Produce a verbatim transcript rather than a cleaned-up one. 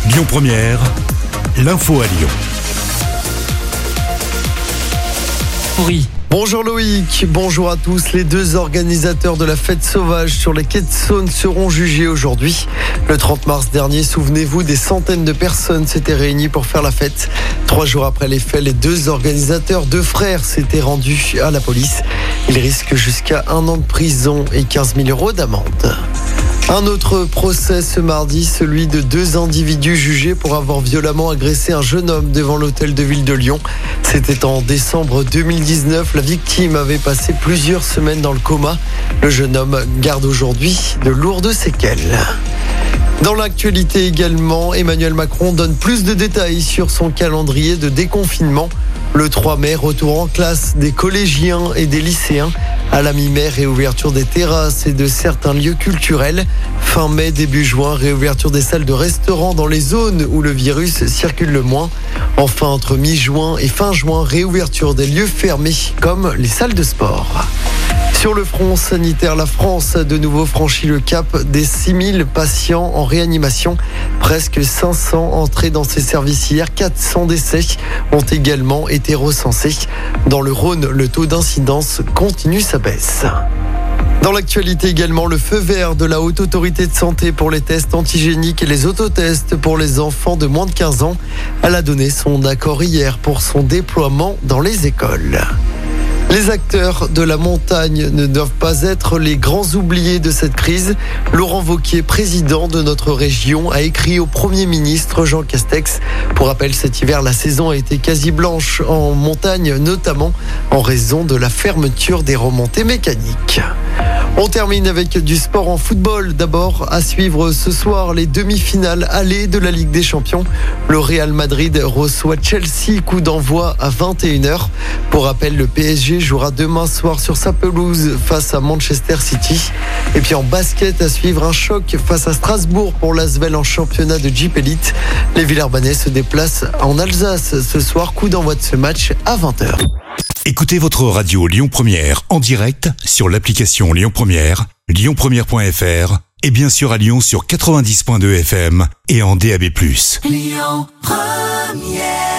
Lyon Première, l'info à Lyon. Oui. Bonjour Loïc, bonjour à tous. Les deux organisateurs de la fête sauvage sur les quais de Saône seront jugés aujourd'hui. Le trente mars dernier, souvenez-vous, des centaines de personnes s'étaient réunies pour faire la fête. Trois jours après les faits, les deux organisateurs, deux frères, s'étaient rendus à la police. Ils risquent jusqu'à un an de prison et quinze mille euros d'amende. Un autre procès ce mardi, celui de deux individus jugés pour avoir violemment agressé un jeune homme devant l'hôtel de ville de Lyon. C'était en décembre deux mille dix-neuf. La victime avait passé plusieurs semaines dans le coma. Le jeune homme garde aujourd'hui de lourdes séquelles. Dans l'actualité également, Emmanuel Macron donne plus de détails sur son calendrier de déconfinement. Le trois mai, retour en classe des collégiens et des lycéens. À la mi-mai, réouverture des terrasses et de certains lieux culturels. Fin mai, début juin, réouverture des salles de restaurants dans les zones où le virus circule le moins. Enfin, entre mi-juin et fin juin, réouverture des lieux fermés comme les salles de sport. Sur le front sanitaire, la France a de nouveau franchi le cap des six mille patients en réanimation. Presque cinq cents entrées dans ces services hier. quatre cents décès ont également été recensés. Dans le Rhône, le taux d'incidence continue sa baisse. Dans l'actualité également, le feu vert de la Haute Autorité de Santé pour les tests antigéniques et les autotests pour les enfants de moins de quinze ans. Elle a donné son accord hier pour son déploiement dans les écoles. Les acteurs de la montagne ne doivent pas être les grands oubliés de cette crise. Laurent Wauquiez, président de notre région, a écrit au Premier ministre Jean Castex. Pour rappel, cet hiver, la saison a été quasi blanche en montagne, notamment en raison de la fermeture des remontées mécaniques. On termine avec du sport en football. D'abord, à suivre ce soir les demi-finales allées de la Ligue des Champions. Le Real Madrid reçoit Chelsea, coup d'envoi à vingt et une heures. Pour rappel, le P S G jouera demain soir sur sa pelouse face à Manchester City. Et puis en basket, à suivre un choc face à Strasbourg pour l'Asvel en championnat de Jeep Elite. Les Villeurbanais se déplacent en Alsace ce soir, coup d'envoi de ce match à vingt heures. Écoutez votre radio Lyon Première en direct sur l'application Lyon Première, lyon première point f r et bien sûr à Lyon sur quatre-vingt-dix point deux F M et en D A B plus. Lyon Première.